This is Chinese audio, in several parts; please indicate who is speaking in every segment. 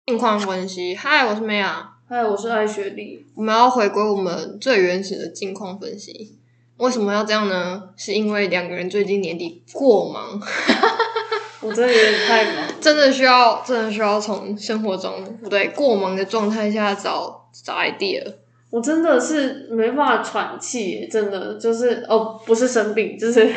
Speaker 1: 近况分析。嗨，我是梅亚。
Speaker 2: 嗨，我是艾雪莉。
Speaker 1: 我们要回归我们最原始的近况分析。为什么要这样呢？是因为两个人最近年底过忙。
Speaker 2: 我真的有点太忙，
Speaker 1: 真的需要从生活中过忙的状态下找 idea。
Speaker 2: 我真的是没办法喘气耶，真的就是不是生病，就是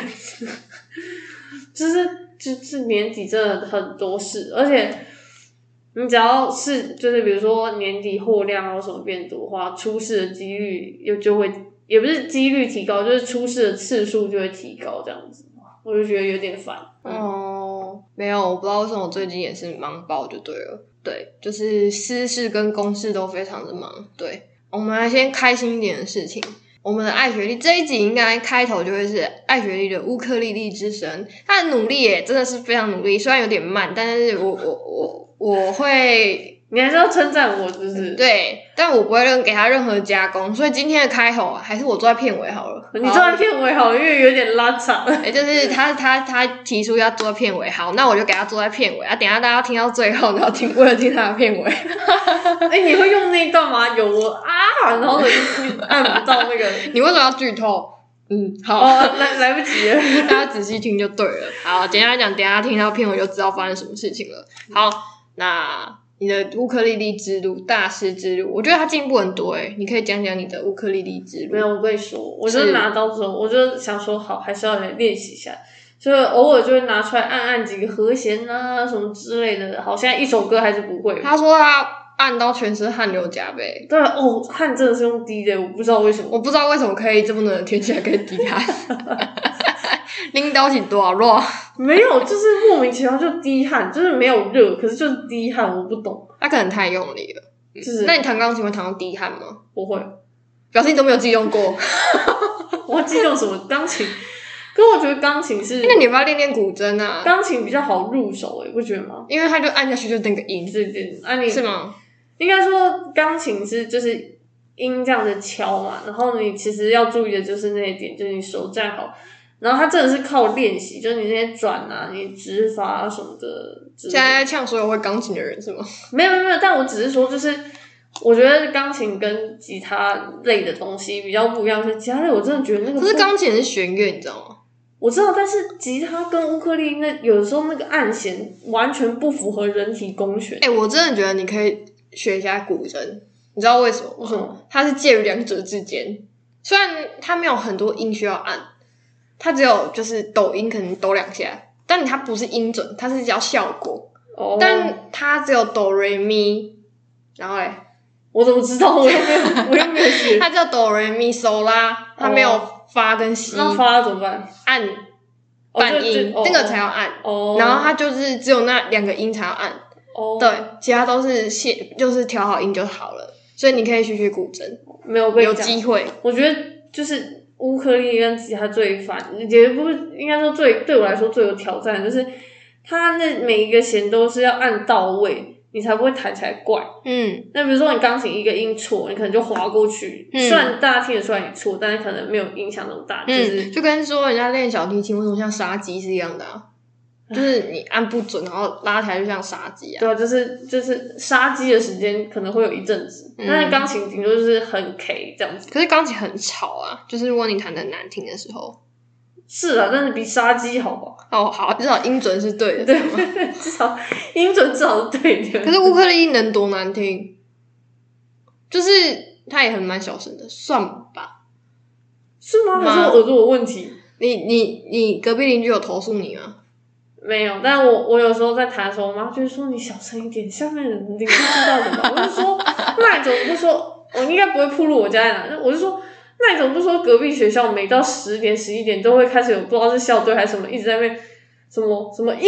Speaker 2: 就是年底真的很多事，而且你只要是就是比如说年底货量有什么变多的话，出事的几率就会，也不是几率提高，就是出事的次数就会提高，这样子，我就觉得有点烦。
Speaker 1: 没有，我不知道为什么我最近也是忙爆就对了。对，就是私事跟公事都非常的忙。对，我们来先开心一点的事情。我们的艾雪莉这一集应该开头就会是艾雪莉的乌克丽丽之神，她的努力耶，真的是非常努力，虽然有点慢，但是我会，
Speaker 2: 你还是要称赞我，就是
Speaker 1: 对，但我不会给他任何加工，所以今天的开头还是我坐在片尾好了。
Speaker 2: 你坐在片尾好了，因为有点拉长。
Speaker 1: 就是他提出要坐在片尾，好，那我就给他坐在片尾啊。等一下大家听到最后，然后为了听他的片尾。
Speaker 2: 你会用那一段吗？有我然后你按不到那个。
Speaker 1: 你为什么要剧透？好，
Speaker 2: 来不及了，
Speaker 1: 大家仔细听就对了。好，简单来讲，等一下听到片尾就知道发生什么事情了。好，那你的乌克丽丽之路，大师之路，我觉得他进步很多你可以讲讲你的乌克丽丽之路。
Speaker 2: 没有，我跟你说，我就拿到之后，我就想说，好，还是要来练习一下，所以偶尔就会拿出来按几个和弦啊，什么之类的。好，现在一首歌还是不会。
Speaker 1: 他说他按到全身汗流浃背。
Speaker 2: 对汗真的是用滴的，我不知道为什么。
Speaker 1: 我不知道为什么可以这么冷的天气还可以滴汗。拎到起多少热？
Speaker 2: 没有，就是莫名其妙就滴汗，就是没有热，可是就是滴汗，我不懂。
Speaker 1: 他可能太用力了。就是那你弹钢琴会弹到滴汗吗？
Speaker 2: 不会，
Speaker 1: 表示你都没有激动过。
Speaker 2: 我激动什么？钢琴？可是我觉得钢琴是，
Speaker 1: 那你要不要练练古筝啊？
Speaker 2: 钢琴比较好入手不觉得吗？
Speaker 1: 因为它就按下去就那个音。
Speaker 2: 对，你
Speaker 1: 是吗？
Speaker 2: 应该说钢琴是就是音这样子敲嘛，然后你其实要注意的就是那一点，就是你手站好，然后它真的是靠练习，就是你那些转啊，你指法什么的。
Speaker 1: 现在在呛所有会钢琴的人是吗？
Speaker 2: 没有，但我只是说，就是我觉得钢琴跟吉他类的东西比较不一样，是吉他类我真的觉得那个，
Speaker 1: 可是钢琴是弦乐，你知道吗？
Speaker 2: 我知道，但是吉他跟乌克丽那有的时候那个按弦完全不符合人体工学。
Speaker 1: 我真的觉得你可以学一下古筝，你知道为什么吗？
Speaker 2: 为什么？
Speaker 1: 它是介于两者之间，虽然它没有很多音需要按，它只有就是抖音可能抖2下，但它不是音准，它是叫效果。但它只有哆瑞咪，然后
Speaker 2: 我怎么知道？我又没有学。
Speaker 1: 它叫哆瑞咪嗦拉，它没有发跟西。
Speaker 2: 那发怎么办？
Speaker 1: 按半音，那个才要按。然后它就是只有那2个音才要按。对，其他都是就是调好音就好了。所以你可以学古筝，
Speaker 2: 没有被
Speaker 1: 有机会。
Speaker 2: 我觉得就是乌克丽跟吉他最烦，也不是应该说对我来说最有挑战，就是它那每一个弦都是要按到位，你才不会弹起来怪。那比如说你钢琴一个音错，你可能就滑过去。虽然大家听得出来你错，但是可能没有影响那么大。
Speaker 1: 就跟说人家练小提琴为什么像杀鸡是一样的啊。就是你按不准，然后拉起来就像杀鸡啊。
Speaker 2: 对啊，就是杀鸡的时间可能会有一阵子，但是钢琴顶多就是很 K 这样子。
Speaker 1: 可是钢琴很吵啊，就是如果你弹得难听的时候。
Speaker 2: 是啊，但是比杀鸡好吧？
Speaker 1: 好，至少音准是对的。
Speaker 2: 对，至少音准至少是对的。
Speaker 1: 可是乌克丽丽能多难听？就是它也很蛮小声的，算吧？
Speaker 2: 是吗？还是我耳朵有问题？
Speaker 1: 你隔壁邻居有投诉你吗？
Speaker 2: 没有，但我有时候在弹的时候，我妈就会说你小声一点，下面人邻居知道的嘛。我就说，那你怎么不说？我应该不会暴露我家在哪。我就说，那你怎么不说隔壁学校每到10点、11点都会开始有不知道是校队还是什么，一直在那边什么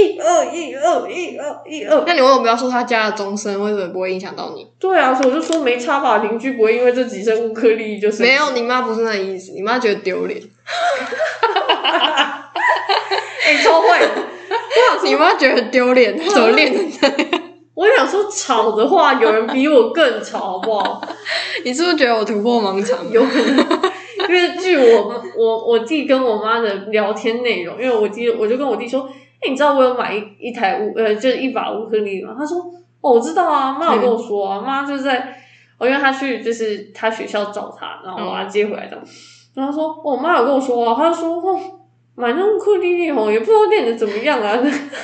Speaker 2: 1、2、1、2、1、2、1、2。
Speaker 1: 那你为什么不要说他家的钟声？为什么不会影响到你？对
Speaker 2: 啊，所以我就说没差吧，邻居不会因为这几声乌克丽丽就是
Speaker 1: 没有，你妈不是那意思，你妈觉得丢脸。
Speaker 2: 超会。
Speaker 1: 你妈觉得丢脸，怎么练成这样？
Speaker 2: 我想说吵的话，有人比我更吵，好不好？
Speaker 1: 你是不是觉得我突破盲肠？
Speaker 2: 有可能，因为据我弟跟我妈的聊天内容，因为我就跟我弟说，你知道我有买一台就是一把乌克丽吗？他说哦，我知道啊，妈有跟我说啊，妈就在，因为她去就是她学校找她，然后把她接回来这样，然后说，我妈有跟我说啊，她就说，买那乌克丽丽也不知道练的怎么样啊。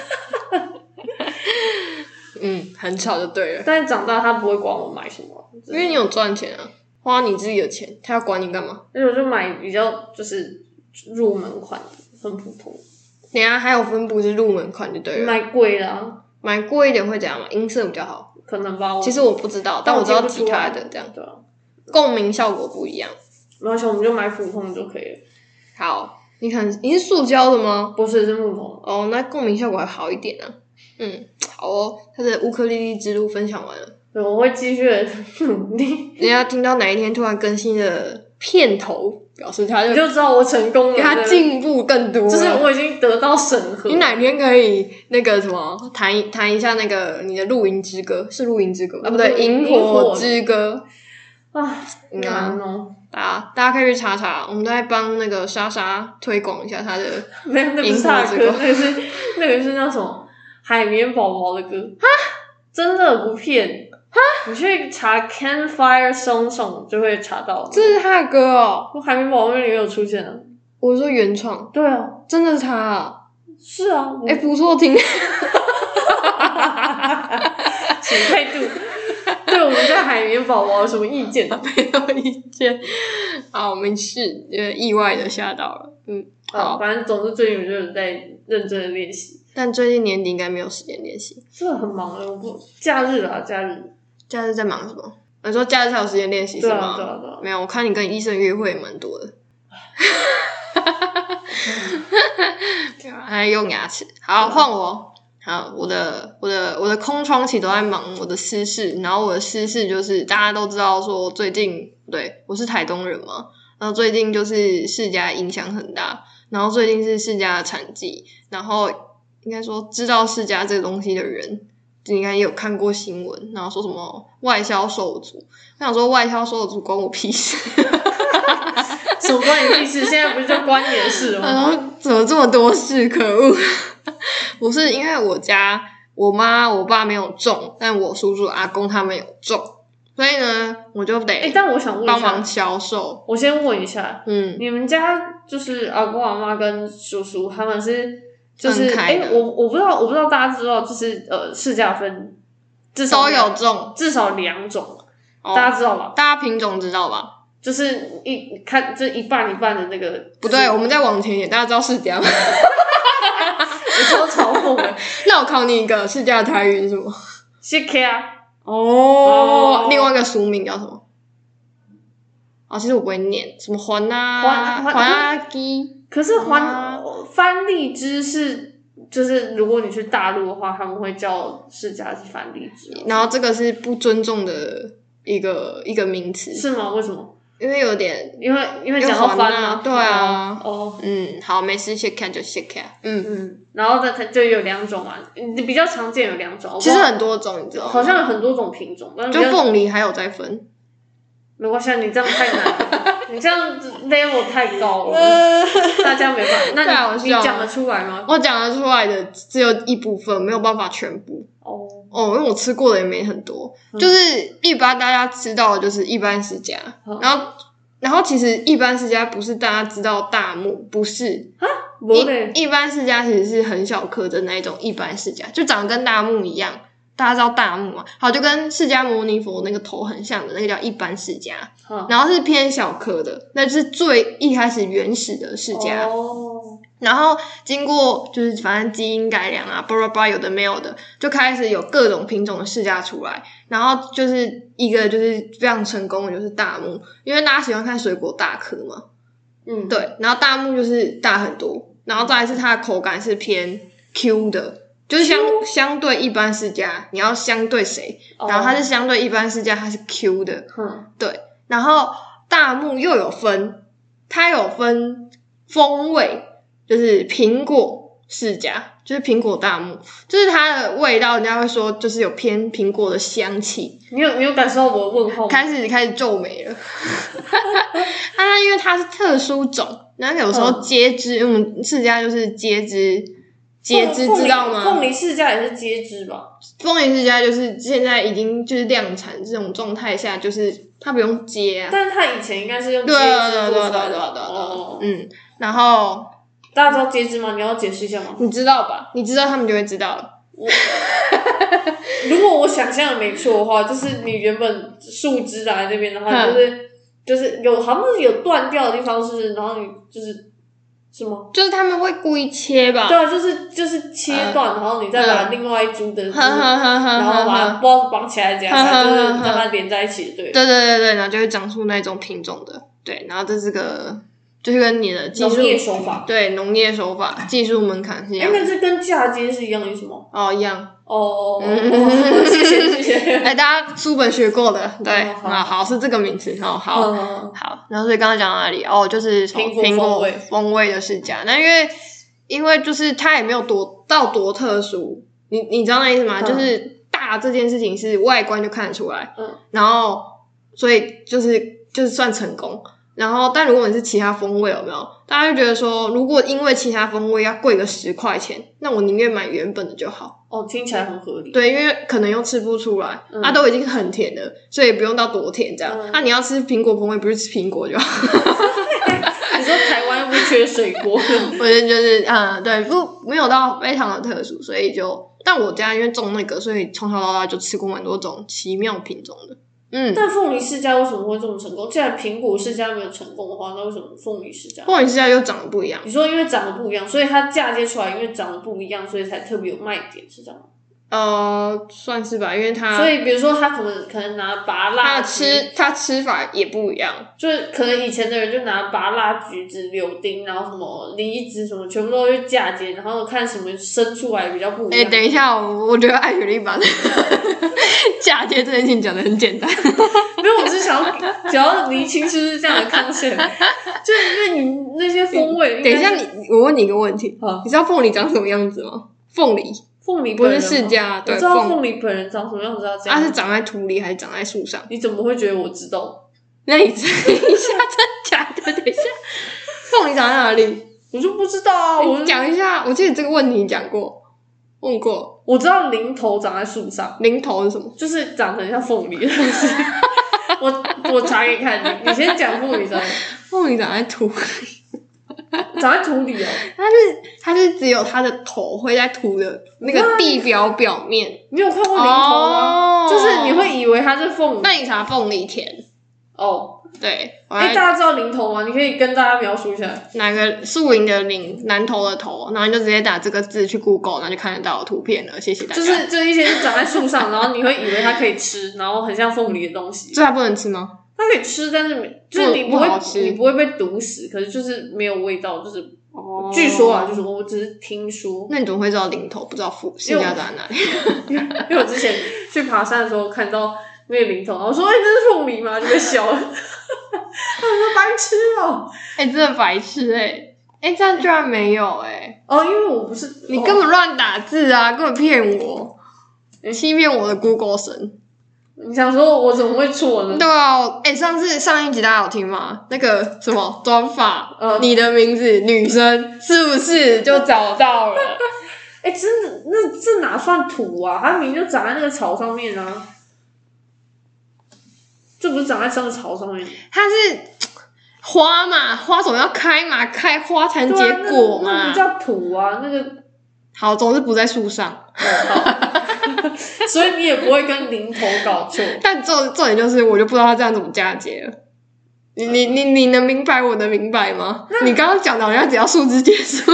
Speaker 1: 很吵就对了。
Speaker 2: 但是长大她不会管我买什么，
Speaker 1: 因为你有赚钱啊，花你自己的钱，她要管你干嘛？
Speaker 2: 所以我就买比较就是入门款的，很普通。
Speaker 1: 等一下还有分布是入门款就对了。
Speaker 2: 买贵的啊，
Speaker 1: 买贵一点会怎样嘛？音色比较好，
Speaker 2: 可能吧。
Speaker 1: 其实我不知道，但我知道其他的这样，
Speaker 2: 对啊，
Speaker 1: 共鸣效果不一样。
Speaker 2: 没关系，我们就买普通就可以了。
Speaker 1: 好，你是塑胶的吗？
Speaker 2: 不是，是木头。
Speaker 1: 哦，那共鸣效果还好一点啊。好哦，他的乌克丽丽之路分享完了。
Speaker 2: 对，我会继续的努力。
Speaker 1: 人家听到哪一天突然更新的片头，表示他
Speaker 2: 你就知道我成功了，
Speaker 1: 他进步更多了，
Speaker 2: 就是我已经得到审核。
Speaker 1: 你哪天可以那个什么弹一下那个你的露营之歌，是露营之歌啊？不对，萤火之歌
Speaker 2: 啊，难哦。
Speaker 1: 大家可以去查查，我们都在帮那个莎莎推广一下她的
Speaker 2: 没有，那不是她的歌，那个是那什么海绵宝宝的歌哈，真的不骗哈，你去查 Campfire Song 就会查到，
Speaker 1: 这是他的歌哦。
Speaker 2: 海绵宝宝里面有出现啊。
Speaker 1: 我说原创，
Speaker 2: 对啊，
Speaker 1: 真的是他啊。
Speaker 2: 是啊，
Speaker 1: 不错听，
Speaker 2: 请态度。对我们家海绵宝宝有什么意见？
Speaker 1: 没有意见。好，没事，意外的吓到了。好，
Speaker 2: 反正总之最近我就是在认真的练习，
Speaker 1: 但最近年底应该没有时间练习，
Speaker 2: 真的很忙了。我不假日
Speaker 1: 在忙什么？你说假日才有时间练习是吗？
Speaker 2: 对啊。
Speaker 1: 没有，我看你跟医生约会蛮多的。还用牙齿。好，换我。好，我的空窗期都在忙我的私事，然后我的私事就是大家都知道说最近对我是台东人嘛，然后最近就是世家影响很大，然后最近是世家的产季，然后应该说知道世家这个东西的人应该也有看过新闻，然后说什么外销受阻，我想说外销受阻关我屁事。
Speaker 2: 什么关你屁事？现在不是就关你的事吗？
Speaker 1: 然后怎么这么多事？可恶！不是因为我家我妈我爸没有种，但我叔叔阿公他们有种，所以呢我就得
Speaker 2: 但我想问一下，
Speaker 1: 帮忙销售。
Speaker 2: 我先问一下，你们家就是阿公阿妈跟叔叔他们是就是我不知道大家知道就是市价分至少
Speaker 1: 都有种，
Speaker 2: 至少2种，大家知道吧？
Speaker 1: 大家品种知道吧？
Speaker 2: 就是看这一半的那个，
Speaker 1: 不对，我们再往前一点，大家知道世家吗？
Speaker 2: 我超嘲讽的。
Speaker 1: 那我考你一个，世家的台语是什么？
Speaker 2: 是 K 啊。
Speaker 1: 另外一个俗名叫什么？其实我不会念，什么环啊基。
Speaker 2: 可是番荔枝是，就是如果你去大陆的话，他们会叫世家是番荔枝。
Speaker 1: 然后这个是不尊重的一个名词。
Speaker 2: 是吗？为什么？
Speaker 1: 因为有点，
Speaker 2: 因为讲到番啊，
Speaker 1: 对啊，好，没事，先看就先看，
Speaker 2: 然后它就有2种嘛，比较常见有2种，
Speaker 1: 其实很多种，你知道吗？
Speaker 2: 好像有很多种品种，
Speaker 1: 就凤梨还有再分，
Speaker 2: 没关系，你这样太难了，你这样 level 太高了，大家没办法。那你讲得出来吗？
Speaker 1: 我讲得出来的只有一部分，没有办法全部。因为我吃过的也没很多，就是一般大家知道的就是一般世家，然后其实一般世家不是大家知道大木，不是一般世家其实是很小颗的那一种一般世家，就长得跟大木一样，大家知道大木嘛？好，就跟释迦牟尼佛那个头很像的那个叫一般释迦，然后是偏小颗的，那就是最一开始原始的释迦。然后经过就是反正基因改良啊，巴拉巴拉有的没有的，就开始有各种品种的释迦出来。然后就是一个就是非常成功的就是大木，因为大家喜欢看水果大颗嘛，对。然后大木就是大很多，然后再来是它的口感是偏 Q 的。就是相对一般释迦，你要相对谁？然后它是相对一般释迦，它是 Q 的，对。然后大木又有分，它有分风味，就是苹果释迦，就是苹果大木，就是它的味道，人家会说就是有偏苹果的香气。
Speaker 2: 你有感受到我的问候吗？
Speaker 1: 开始皱眉了。因为它是特殊种，然后有时候接枝，我们释迦就是接枝截枝知道吗？
Speaker 2: 凤梨世家也是截枝吧？
Speaker 1: 凤梨世家就是现在已经就是量产这种状态下，就是它不用接啊。
Speaker 2: 但是它以前应该是用截枝做出来的。
Speaker 1: 然后
Speaker 2: 大家知道截枝吗？你要解释一下吗？
Speaker 1: 你知道吧？你知道他们就会知道了。
Speaker 2: 如果我想象的没错的话，就是你原本树枝来那边的话，就是好像是有断掉的地方是，然后你就是什么？
Speaker 1: 就是他们会故意切吧？
Speaker 2: 对啊，就是切断，然后你再把另外一株的，然后把它绑起来，这样就是让它连在一起，对。
Speaker 1: 对，然后就会长出那种品种的，对，然后这是个。就是跟你的技术
Speaker 2: 农业手法，
Speaker 1: 对农业手法技术门槛是一样的。
Speaker 2: 那这跟嫁接是一样的意思吗？
Speaker 1: 一样。
Speaker 2: 谢谢。
Speaker 1: 大家书本学过的，对，好是这个名词，好。然后所以刚刚讲到哪里？就是从苹果风味的世家。那因为就是它也没有多特殊，你知道那意思吗？就是大这件事情是外观就看得出来，然后所以就是算成功。然后，但如果你是其他风味，有没有？大家就觉得说，如果因为其他风味要贵个10块钱，那我宁愿买原本的就好。
Speaker 2: 听起来很合理。
Speaker 1: 对，因为可能又吃不出来，都已经很甜了，所以不用到多甜这样。你要吃苹果风味，不是吃苹果就好。
Speaker 2: 你说台湾又不缺水果，
Speaker 1: 我觉得就是对，没有到非常的特殊，所以但我家因为种那个，所以从小到大就吃过蛮多种奇妙品种的。
Speaker 2: 但凤梨世家为什么会这么成功？既然苹果世家没有成功的话，那为什么凤梨世家？
Speaker 1: 凤梨世家又长得不一样。
Speaker 2: 你说因为长得不一样，所以它嫁接出来，因为长得不一样，所以才特别有卖点，是这样吗？
Speaker 1: 算是吧，因为它，
Speaker 2: 所以比如说他可能拿芭乐橘，
Speaker 1: 它吃法也不一样，
Speaker 2: 就是可能以前的人就拿芭乐、橘子、柳丁，然后什么梨子什么，全部都去嫁接，然后看什么生出来比较不一样。
Speaker 1: 等一下，我觉得艾雪莉把嫁接这件事情讲得很简单。
Speaker 2: 没有，我是想要厘清是不是这样的concept，就是因为你那些风味。
Speaker 1: 等一下，我问你一个问题，你知道凤梨长什么样子吗？凤梨不是世家，对，
Speaker 2: 我知道凤梨本人长什么样子，这样。
Speaker 1: 它是长在土里还是长在树上？
Speaker 2: 你怎么会觉得我知道？
Speaker 1: 那你等一下，真假的？等一下，凤梨长在哪里？
Speaker 2: 我就不知道啊。
Speaker 1: 我讲一下，我记得这个问题讲过，问过。
Speaker 2: 我知道零头长在树上，
Speaker 1: 零头是什么？
Speaker 2: 就是长得很像凤梨的东西。我查给你看，你先讲凤梨长。
Speaker 1: 凤梨长在土里。
Speaker 2: 长在土里哦，
Speaker 1: 它是只有它的头会在土的那个地表面。
Speaker 2: 你有看过零头吗？就是你会以为它是凤梨。
Speaker 1: 那你查凤梨田对。
Speaker 2: 大家知道零头吗？你可以跟大家描述一下。
Speaker 1: 哪个树林的林，南头的头，然后你就直接打这个字去 Google， 然后就看得到图片了。谢谢大家。
Speaker 2: 就是一些是长在树上，然后你会以为它可以吃，然后很像凤梨的东西。
Speaker 1: 这它不能吃吗？
Speaker 2: 它可以吃，但是就是你不会被毒死，可是就是没有味道，就是据说啊，就是我只是听说。
Speaker 1: 那你怎么会知道零头不知道世家长在哪里？
Speaker 2: 因为我之前去爬山的时候看到那个零头，然后我说：“这是凤梨吗？”就被笑了。他说：“白痴哦！”
Speaker 1: 真的白痴这样居然没有
Speaker 2: 因为我不是
Speaker 1: 你根本乱打字啊，根本骗我，欺骗我的 Google 神。
Speaker 2: 你想说我怎么会错呢？
Speaker 1: 对啊，上一集大家有听吗？那个什么短发，你的名字女生是不是就找到了？
Speaker 2: 真的，那这哪算土啊？它明明就长在那个草上面啊，这不是长在上面草上面？
Speaker 1: 它是花嘛，花总要开嘛，开花才能结果嘛。
Speaker 2: 那不叫土啊，那个
Speaker 1: 好，总是不在树上。
Speaker 2: 所以你也不会跟零头搞错。
Speaker 1: 但重点就是，我就不知道他这样怎么嫁接了。你能明白我的明白吗？你刚刚讲的好像只要树枝结束。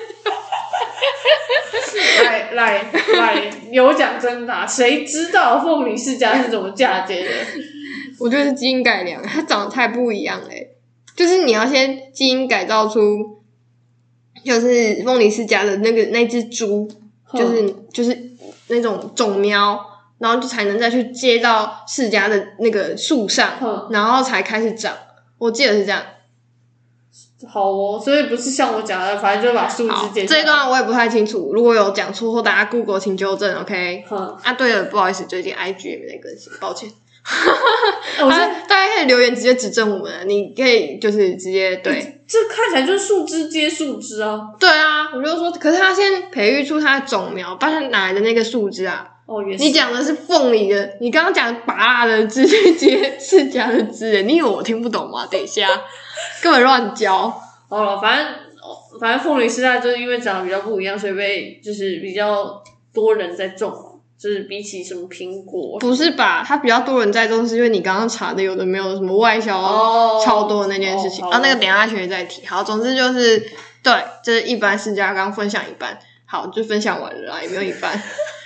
Speaker 2: 来，有奖征答，谁知道凤梨世家是怎么嫁接的？
Speaker 1: 我觉得是基因改良，它长得太不一样就是你要先基因改造出，就是凤梨世家的那只猪，就是那种种苗，然后就才能再去接到世家的那个树上，然后才开始长。我记得是这样。
Speaker 2: 好所以不是像我讲的，反正就把树枝接下来。
Speaker 1: 这一段我也不太清楚，如果有讲错或大家 Google 请纠正 ，OK？对了，不好意思，最近 IG 也没在更新，抱歉。
Speaker 2: 我觉得
Speaker 1: 大家可以留言直接指正我们，你可以就是直接对，
Speaker 2: 这看起来就是树枝接树枝啊。
Speaker 1: 对啊，我就说，可是他先培育出它的种苗，不然哪来的那个树枝啊？
Speaker 2: 哦，也是。
Speaker 1: 你讲的是凤梨的，你刚刚讲拔辣的枝去接释迦的枝，你以为我听不懂吗？等一下，根本乱教。
Speaker 2: 好了，反正凤梨释迦就是因为长得比较不一样，所以被就是比较多人在种嘛。就是比起什么苹果，
Speaker 1: 不是吧？它比较多人在种，是因为你刚刚查的有的没有什么外销超多的那件事情那个等一下学再提。好，总之就是对，就是一般释迦刚分享一半，好就分享完了啦，也没有一半。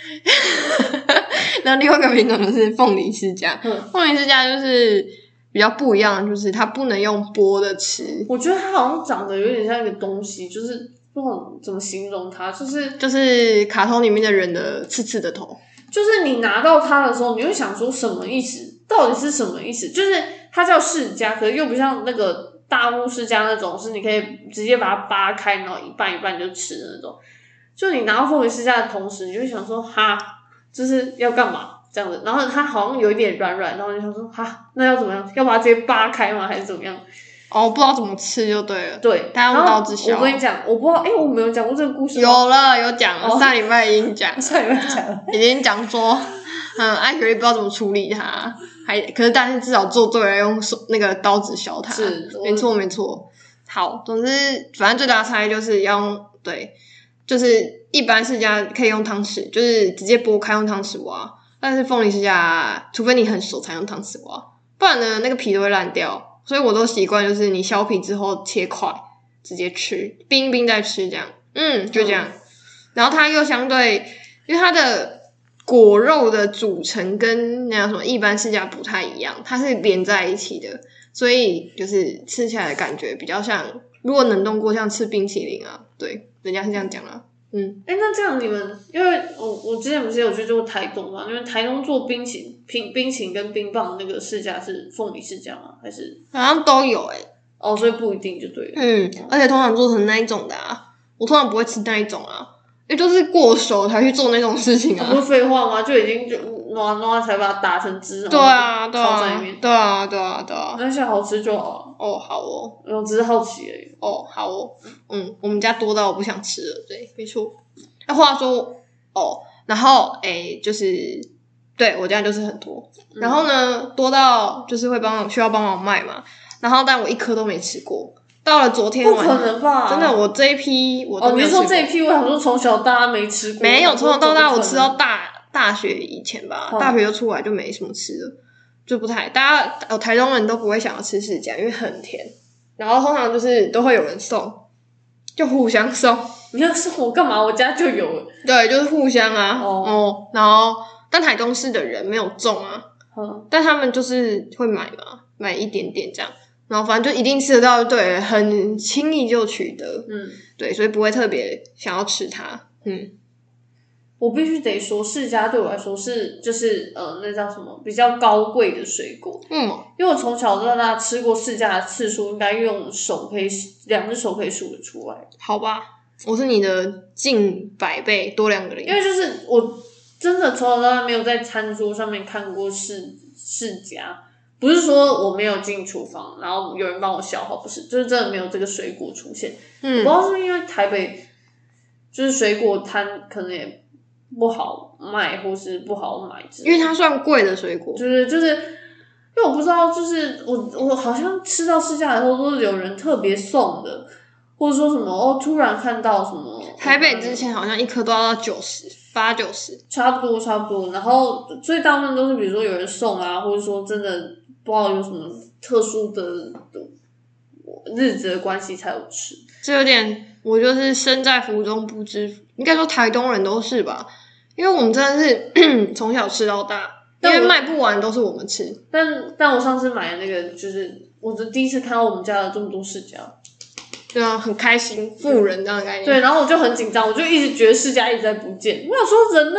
Speaker 1: 然后另外一个品种就是凤梨释迦，凤梨释迦就是比较不一样，就是它不能用剥的吃。
Speaker 2: 我觉得它好像长得有点像一个东西，就是不知道怎么形容它，
Speaker 1: 就是卡通里面的人的刺刺的头。
Speaker 2: 就是你拿到它的时候，你会想说什么意思？到底是什么意思？就是它叫释迦，可是又不像那个大木释迦那种，是你可以直接把它扒开，然后一半一半就吃的那种。就你拿到凤梨释迦的同时，你就会想说哈，就是要干嘛这样子？然后它好像有一点软软，然后你想说哈，那要怎么样？要把它直接扒开吗？还是怎么样？
Speaker 1: 哦，不知道怎么吃就对了。
Speaker 2: 对，
Speaker 1: 大家无道之晓。
Speaker 2: 我跟你讲，我不知道，我没有讲过这个故事吗？
Speaker 1: 有讲了，上礼拜已经讲了，
Speaker 2: 上礼拜讲了，
Speaker 1: 已经讲说，艾雪莉不知道怎么处理它，可是但是至少做对了，用那个刀子削它，
Speaker 2: 是，
Speaker 1: 没错。好，总之反正最大的差异就是要用对，就是一般释迦可以用汤匙，就是直接剥开用汤匙挖，但是凤梨释迦，除非你很熟才用汤匙挖，不然呢那个皮都会烂掉。所以我都习惯就是你削皮之后切块直接吃，冰一冰再吃这样，就这样。然后它又相对，因为它的果肉的组成跟那什么一般释迦不太一样，它是连在一起的，所以就是吃起来的感觉比较像，如果冷冻过像吃冰淇淋啊，对，人家是这样讲啦。
Speaker 2: 那这样你们，因为我之前不是有去做台东嘛？因为台东做冰淇淋跟冰棒的那个释迦是凤梨释迦吗？还是
Speaker 1: 好像都有
Speaker 2: 所以不一定就对了。
Speaker 1: 而且通常做成那一种的我通常不会吃那一种因为就是过熟才去做那种事情
Speaker 2: 不是废话吗？就已经就弄才把它打成汁，
Speaker 1: 对啊，
Speaker 2: 烤在里面。
Speaker 1: 对啊。
Speaker 2: 那些好吃就好了。
Speaker 1: 好哦。
Speaker 2: 我只是好奇而已。
Speaker 1: 好哦。我们家多到我不想吃了，对，没错。那话说然后就是对我家就是很多，然后呢多到就是需要帮忙卖嘛，然后但我一颗都没吃过。到了昨天晚上，
Speaker 2: 不可能吧？
Speaker 1: 真的，我这一批我都没有吃过。
Speaker 2: 你说这一批，我想说从小到大没吃过。
Speaker 1: 没有，从小到大我吃到大学以前吧，大学就出来就没什么吃的，就不太。大家台东人都不会想要吃释迦，因为很甜。然后通常就是都会有人送，就互相送。
Speaker 2: 你要送我干嘛？我家就有了。
Speaker 1: 对，就是互相然后但台东市的人没有种但他们就是会买嘛，买一点点这样。然后反正就一定吃得到，对，很轻易就取得，对，所以不会特别想要吃它，
Speaker 2: 我必须得说，释迦对我来说就是那叫什么比较高贵的水果，因为我从小到大吃过释迦的次数，应该用2只手可以数得出来。
Speaker 1: 好吧，我是你的近100倍多2个零，
Speaker 2: 因为就是我真的从小到大没有在餐桌上面看过释迦。不是说我没有进厨房，然后有人帮我消耗，不是，就是真的没有这个水果出现。我不知道是不是因为台北就是水果摊可能也不好卖，或是不好买，
Speaker 1: 因为它算贵的水果。
Speaker 2: 就是，因为我不知道，就是我好像吃到释迦的时候都是有人特别送的，或者说什么突然看到什么。
Speaker 1: 台北之前好像一颗都要到80-90，
Speaker 2: 差不多。然后所以大部分都是比如说有人送或者说真的。不知道有什么特殊的日子的关系才有吃，
Speaker 1: 这有点我就是身在福中不知福，应该说台东人都是吧，因为我们真的是从小吃到大，因为卖不完都是我们吃。
Speaker 2: 但我上次买的那个就是我第一次看到我们家有这么多释迦，
Speaker 1: 对啊，很开心，富人这样的概念。
Speaker 2: 对，然后我就很紧张，我就一直觉得释迦一直在不见，我想说人呢，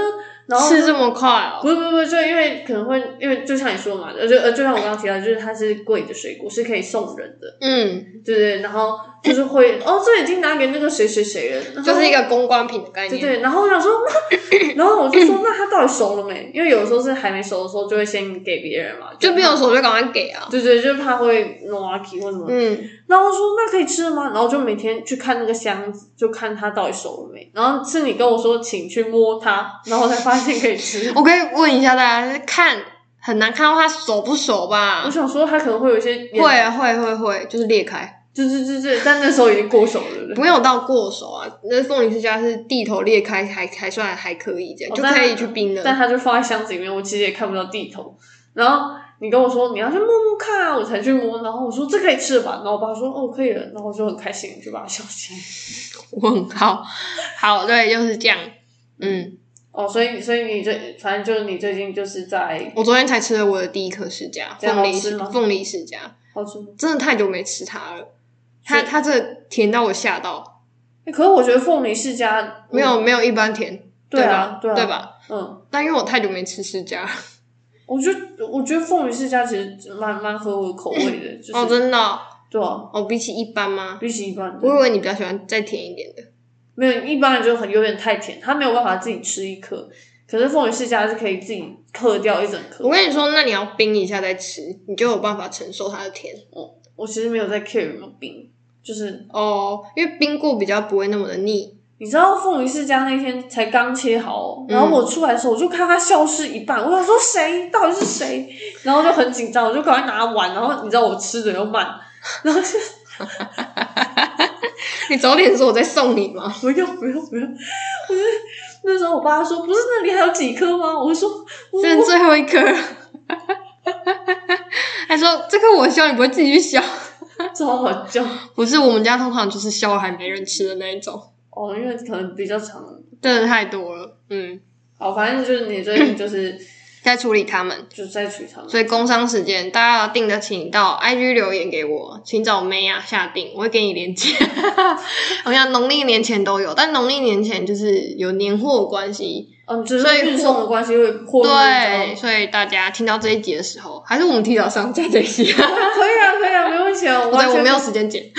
Speaker 2: 然后
Speaker 1: 吃这么快哦？
Speaker 2: 不是，就因为可能会，因为就像你说嘛，就像我刚刚提到，就是它是贵的水果，是可以送人的，对对，然后就是会这已经拿给那个谁谁谁了，
Speaker 1: 就是一个公关品的概念。
Speaker 2: 对，然后我想说，然后我就说，那它到底熟了没？因为有的时候是还没熟的时候，就会先给别人嘛，
Speaker 1: 就没有熟就赶快给啊。
Speaker 2: 对，就怕会弄阿 k 或什么。然后我说那可以吃了吗？然后就每天去看那个箱子，就看它到底熟了没。然后是你跟我说，请去摸它，然后才发现可以吃。
Speaker 1: 我可以问一下大家，看很难看到它熟不熟吧？
Speaker 2: 我想说它可能会有一些
Speaker 1: 会，就是裂开。
Speaker 2: 对，但那时候已经过熟了，
Speaker 1: 没有到过熟啊。那凤梨世家是地头裂开，还算还可以这样，就可以去冰了。
Speaker 2: 但它就放在箱子里面，我其实也看不到地头。然后你跟我说你要去摸摸看啊，我才去摸。然后我说这可以吃了吧？然后我爸说可以了。然后我就很开心，就把它削起来。
Speaker 1: 问号，好，对，就是这样。
Speaker 2: 所以你反正就是你最近就是在，
Speaker 1: 我昨天才吃了我的第一颗世家凤梨世家，
Speaker 2: 好吃吗？
Speaker 1: 真的太久没吃它了。它这甜到我吓到。
Speaker 2: 可是我觉得凤梨世家
Speaker 1: 没有一般甜，
Speaker 2: 对啊，
Speaker 1: 对吧？但因为我太久没吃世家，
Speaker 2: 我觉得凤梨世家其实蛮合我的口味的。就是
Speaker 1: 真的哦？
Speaker 2: 对啊。
Speaker 1: 比起一般吗？
Speaker 2: 比起一般的，
Speaker 1: 我以为你比较喜欢再甜一点的。
Speaker 2: 没有，一般人就有点太甜，他没有办法自己吃一颗。可是凤梨世家是可以自己嗑掉一整颗。
Speaker 1: 我跟你说，那你要冰一下再吃，你就有办法承受它的甜。
Speaker 2: 我其实没有在 care 有没有冰，就是
Speaker 1: 因为冰过比较不会那么的腻。
Speaker 2: 你知道凤梨世家那天才刚切好然后我出来的时候我就看它消失一半，我想说谁到底是谁，然后就很紧张，我就赶快拿碗，然后你知道我吃的又慢，然后就
Speaker 1: 你早点说我再送你吗？
Speaker 2: 不用，我就那时候我爸说不是那里还有几颗吗？我说
Speaker 1: 剩最后一颗还说这颗我削，你不会自己去削？
Speaker 2: 超好叫。
Speaker 1: 不是，我们家通常就是削了还没人吃的那一种。
Speaker 2: 因为可能比较长，
Speaker 1: 真的太多了。
Speaker 2: 好，反正就是你最近就是
Speaker 1: 在处理他们，
Speaker 2: 就在处理他们。
Speaker 1: 所以工商时间大家要订的，请到 IG 留言给我，请找妹啊下订，我会给你链接。好像农历年前都有，但农历年前就是有年货的关系，
Speaker 2: 就是运送的关系会
Speaker 1: 对，所以大家听到这一集的时候，还是我们提早上架这一集。
Speaker 2: 可以啊，没问题啊。
Speaker 1: 我没有时间剪。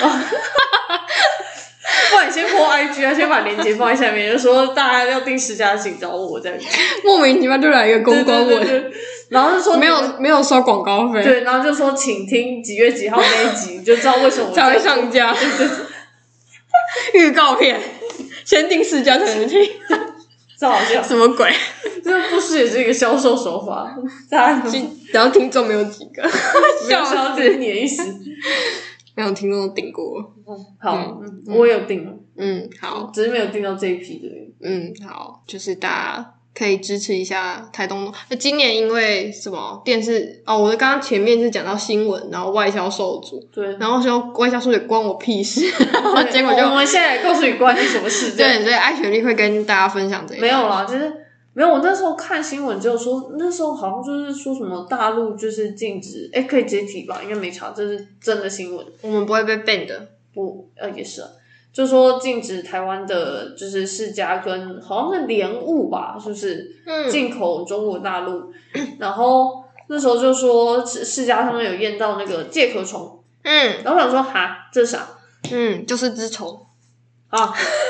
Speaker 2: 不然你先 po IG 啊，先把链接放在下面，就说大家要订10家请找我这样子。
Speaker 1: 莫名其妙就来一个公关文，
Speaker 2: 对，然后就说
Speaker 1: 没有收广告费，
Speaker 2: 对，然后就说请听几月几号那一集，你就知道为什么
Speaker 1: 才会上架。预告片先订10家才能听，
Speaker 2: 这好笑，
Speaker 1: 什么鬼？
Speaker 2: 这不是也是一个销售手法？大家
Speaker 1: 然后听众没有几个，
Speaker 2: 笑死你的意思。
Speaker 1: 没有听众都订过。
Speaker 2: 好，我有订了。
Speaker 1: 好，
Speaker 2: 只是没有订到这一批的。
Speaker 1: 好，就是大家可以支持一下台东。今年因为什么电视我刚刚前面是讲到新闻，然后外销受阻，
Speaker 2: 对，
Speaker 1: 然后说外销受阻也关我屁事，结果
Speaker 2: 我们现在告诉你关你什么事？
Speaker 1: 对，所以艾雪莉会跟大家分享这一
Speaker 2: 没有啦，就是没有。我那时候看新闻就说，那时候好像就是说什么大陆就是禁止，可以直接提吧，应该没查，这是真的新闻，
Speaker 1: 我们不会被 ban 的。
Speaker 2: 不，也是啊。就说禁止台湾的就是世家跟好像是莲雾吧，就是进口中国大陆。然后那时候就说世家上面有验到那个介壳虫，然后我想说哈，这是啥？
Speaker 1: 就是只虫
Speaker 2: 啊。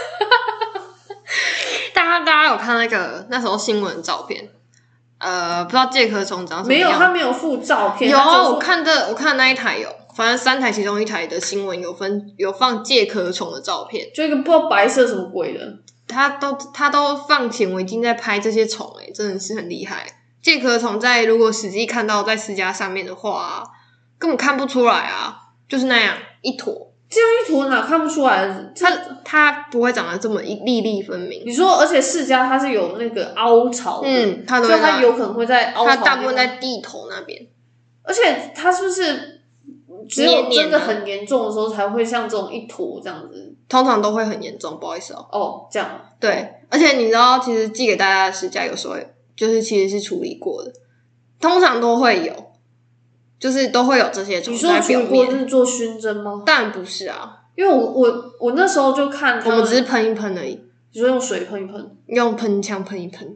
Speaker 1: 大家有看那时候新闻的照片？不知道介壳虫长什么样？
Speaker 2: 没有，他没有附照片。
Speaker 1: 有啊，我看那一台有。反正3台其中1台的新闻有放介壳虫的照片，
Speaker 2: 就一个不知道白色什么鬼的，
Speaker 1: 他都放显微镜在拍这些虫，真的是很厉害。介壳虫如果实际看到在世家上面的话，根本看不出来啊，就是那样一坨，
Speaker 2: 这样一坨哪看不出来？
Speaker 1: 它不会长得这么粒粒分明。
Speaker 2: 你说，而且世家它是有那个凹槽的，
Speaker 1: 所
Speaker 2: 以它有可能会在凹槽，
Speaker 1: 它大部分在地头那边，
Speaker 2: 而且它是不是？只有真的很严重的时候才会像这种一坨这样子，
Speaker 1: 通常都会很严重，不好意思
Speaker 2: 这样
Speaker 1: 对，而且你知道，其实寄给大家的世家有时候就是其实是处理过的，通常都会有，就是都会有这些虫在表面。
Speaker 2: 你说处理过是做熏蒸吗？
Speaker 1: 当然不是啊，
Speaker 2: 因为我那时候就看
Speaker 1: 我们只是喷一喷而已。
Speaker 2: 你说用水喷一喷，
Speaker 1: 用喷枪喷一喷，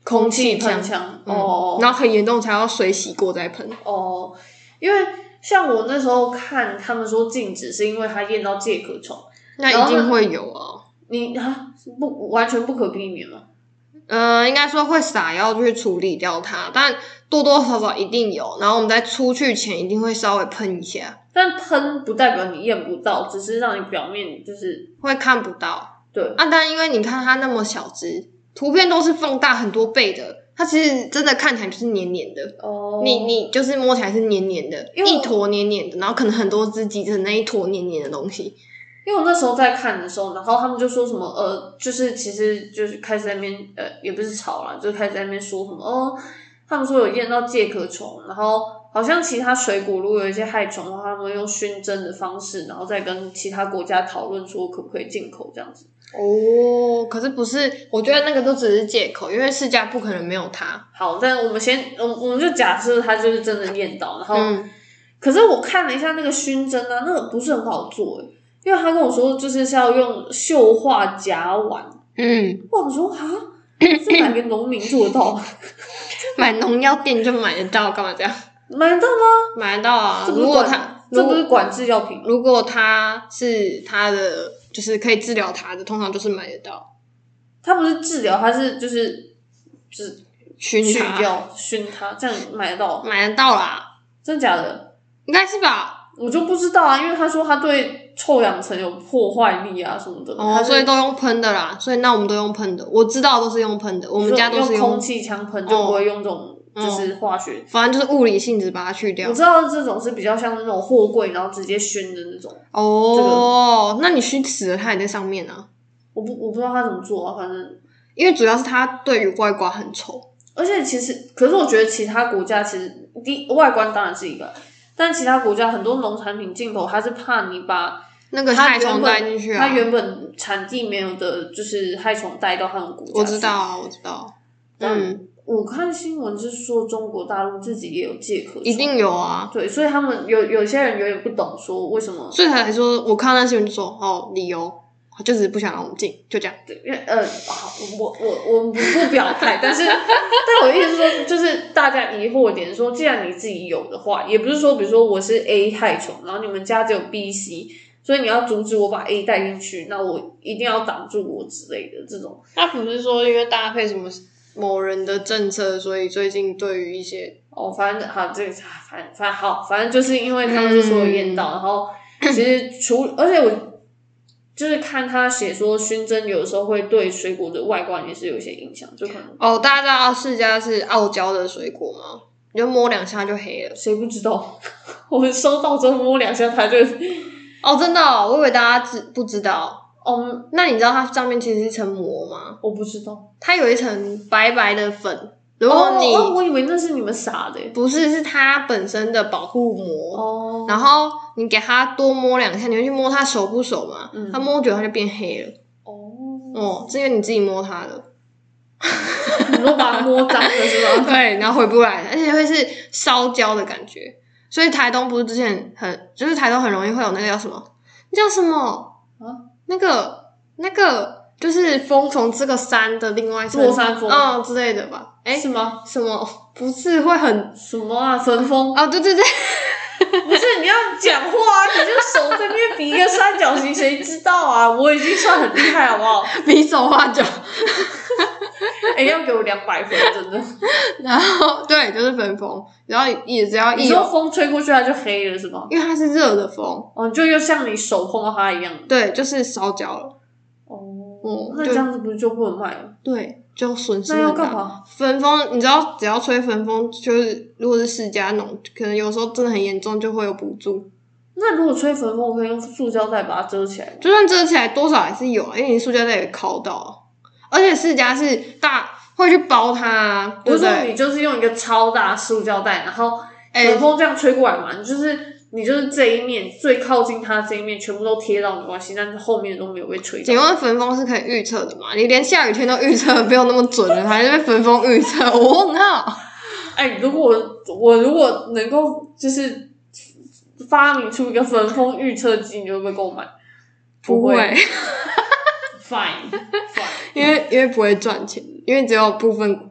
Speaker 1: 空气
Speaker 2: 喷枪哦，
Speaker 1: 然后很严重才要水洗过再喷
Speaker 2: 哦。因为像我那时候看他们说禁止，是因为它验到介壳虫，
Speaker 1: 那一定会有啊。
Speaker 2: 你不完全不可避免吗？
Speaker 1: 应该说会撒药去处理掉它，但多多少少一定有。然后我们在出去前一定会稍微喷一下，
Speaker 2: 但喷不代表你验不到，只是让你表面就是
Speaker 1: 会看不到。
Speaker 2: 对
Speaker 1: 啊，但因为你看它那么小只，图片都是放大很多倍的，它其实真的看起来就是黏黏的。
Speaker 2: 哦，
Speaker 1: 你就是摸起来是黏黏的，一坨黏黏的，然后可能很多只挤成那一坨黏黏的东西。
Speaker 2: 因为我那时候在看的时候，然后他们就说什么就是其实就是开始在那边也不是吵啦，就开始在那边说什么他们说有验到介壳虫，然后好像其他水果如果有一些害虫的话，他们会用熏蒸的方式，然后再跟其他国家讨论说可不可以进口这样子。
Speaker 1: 哦，可是不是，我觉得那个都只是借口，因为世家不可能没有它。
Speaker 2: 好，但我们就假设它就是真的验到，然后可是我看了一下那个熏蒸啊，那个不是很好做因为他跟我说就是要用溴化甲烷。我说是哪个农民做得到？
Speaker 1: 买农药店就买得到，干嘛这样？
Speaker 2: 买得到吗？
Speaker 1: 买得到啊！
Speaker 2: 这不是管制药品。
Speaker 1: 如果它是它的，就是可以治疗它的，通常就是买得到。
Speaker 2: 它不是治疗，它是就是
Speaker 1: 熏
Speaker 2: 它，这样买得到？
Speaker 1: 买得到啦，
Speaker 2: 真假的？
Speaker 1: 应该是吧？
Speaker 2: 我就不知道啊，因为他说他对臭氧层有破坏力啊什么的。
Speaker 1: 所以都用喷的啦。所以那我们都用喷的，我知道都是用喷的，我们家都是
Speaker 2: 用空气枪喷，就不会用这种就是化学。
Speaker 1: 反正就是物理性质把它去掉。
Speaker 2: 我知道这种是比较像那种货柜，然后直接熏的那种。
Speaker 1: 那你熏死了，它也在上面啊。
Speaker 2: 我不知道他怎么做啊，反正
Speaker 1: 因为主要是它对于外观很丑，
Speaker 2: 而且可是我觉得其他国家其实外观当然是一个。但其他国家很多农产品进口，它是怕你把
Speaker 1: 那个害虫带进去
Speaker 2: 它原本产地没有的，就是害虫带到他们国家去。
Speaker 1: 我知道啊，我知道。
Speaker 2: 我看新闻是说中国大陆自己也有介壳虫，
Speaker 1: 一定有啊。
Speaker 2: 对，所以他们有些人有点不懂，说为什么？
Speaker 1: 所以才说，我看到那新闻就说，理由就只是不想让我们进，就这样。
Speaker 2: 对，因为好，我不表态，但我的意思是说，就是大家疑惑点说，既然你自己有的话，也不是说，比如说我是 A 害虫，然后你们家只有 B、C， 所以你要阻止我把 A 带进去，那我一定要挡住我之类的这种。
Speaker 1: 那不是说因为搭配什么某人的政策，所以最近对于一些
Speaker 2: 反正好，这个反正就是因为他们是说有验到，然后其实而且我。就是看他写说熏蒸有的时候会对水果的外观也是有一些影响，就可能
Speaker 1: 大家知道世家是傲娇的水果吗？你就摸2下就黑了。
Speaker 2: 谁不知道？我收到之后摸2下它就
Speaker 1: 真的我以为大家不知道。那你知道它上面其实是一层膜吗？
Speaker 2: 我不知道，
Speaker 1: 它有一层白白的粉。如果你
Speaker 2: 我以为那是你们撒的。
Speaker 1: 不是，是它本身的保护膜。然后你给它多摸2下，你会去摸它熟不熟嘛？它摸久它就变黑了。是因为你自己摸它的。
Speaker 2: 你都把它摸脏了是吧？
Speaker 1: 对，然后回不来，而且会是烧焦的感觉。所以台东不是之前就是台东很容易会有那个叫什么？那叫什么？那个就是风从这个山的另外一层
Speaker 2: 落山风
Speaker 1: 之类的吧？
Speaker 2: 是吗？
Speaker 1: 什么？不是会很
Speaker 2: 什么啊？焚风
Speaker 1: 对对对。
Speaker 2: 不是你要讲话你就手这边比一个三角形，谁知道啊？我已经算很厉害好不好？
Speaker 1: 比手画脚。
Speaker 2: 要给我200分真的。
Speaker 1: 然后对，就是焚风，然后也只要
Speaker 2: 你说风吹过去它就黑了是吗？
Speaker 1: 因为它是热的风。
Speaker 2: 就又像你手碰到它一样。
Speaker 1: 对，就是烧焦了。
Speaker 2: 那这样子不是就不能卖了？
Speaker 1: 对，就损失很大。
Speaker 2: 那要干嘛？
Speaker 1: 焚风，你知道，只要吹焚风，就是如果是世家农，可能有时候真的很严重，就会有补助。
Speaker 2: 那如果吹焚风，我可以用塑胶袋把它遮起来。
Speaker 1: 就算遮起来，多少还是有因为你塑胶袋也烤到。而且世家是会去包它，
Speaker 2: 比如说你就是用一个超大塑胶袋，然后冷风这样吹过来嘛，你就是这一面最靠近它这一面全部都贴到没关系，但是后面都没有被吹到。
Speaker 1: 请问焚风是可以预测的吗？你连下雨天都预测没有那么准了，还是被焚风预测？我问号。
Speaker 2: 如果能够就是发明出一个焚风预测机，你就会购买？
Speaker 1: 不会。
Speaker 2: fine，
Speaker 1: 因为不会赚钱，因为只有部分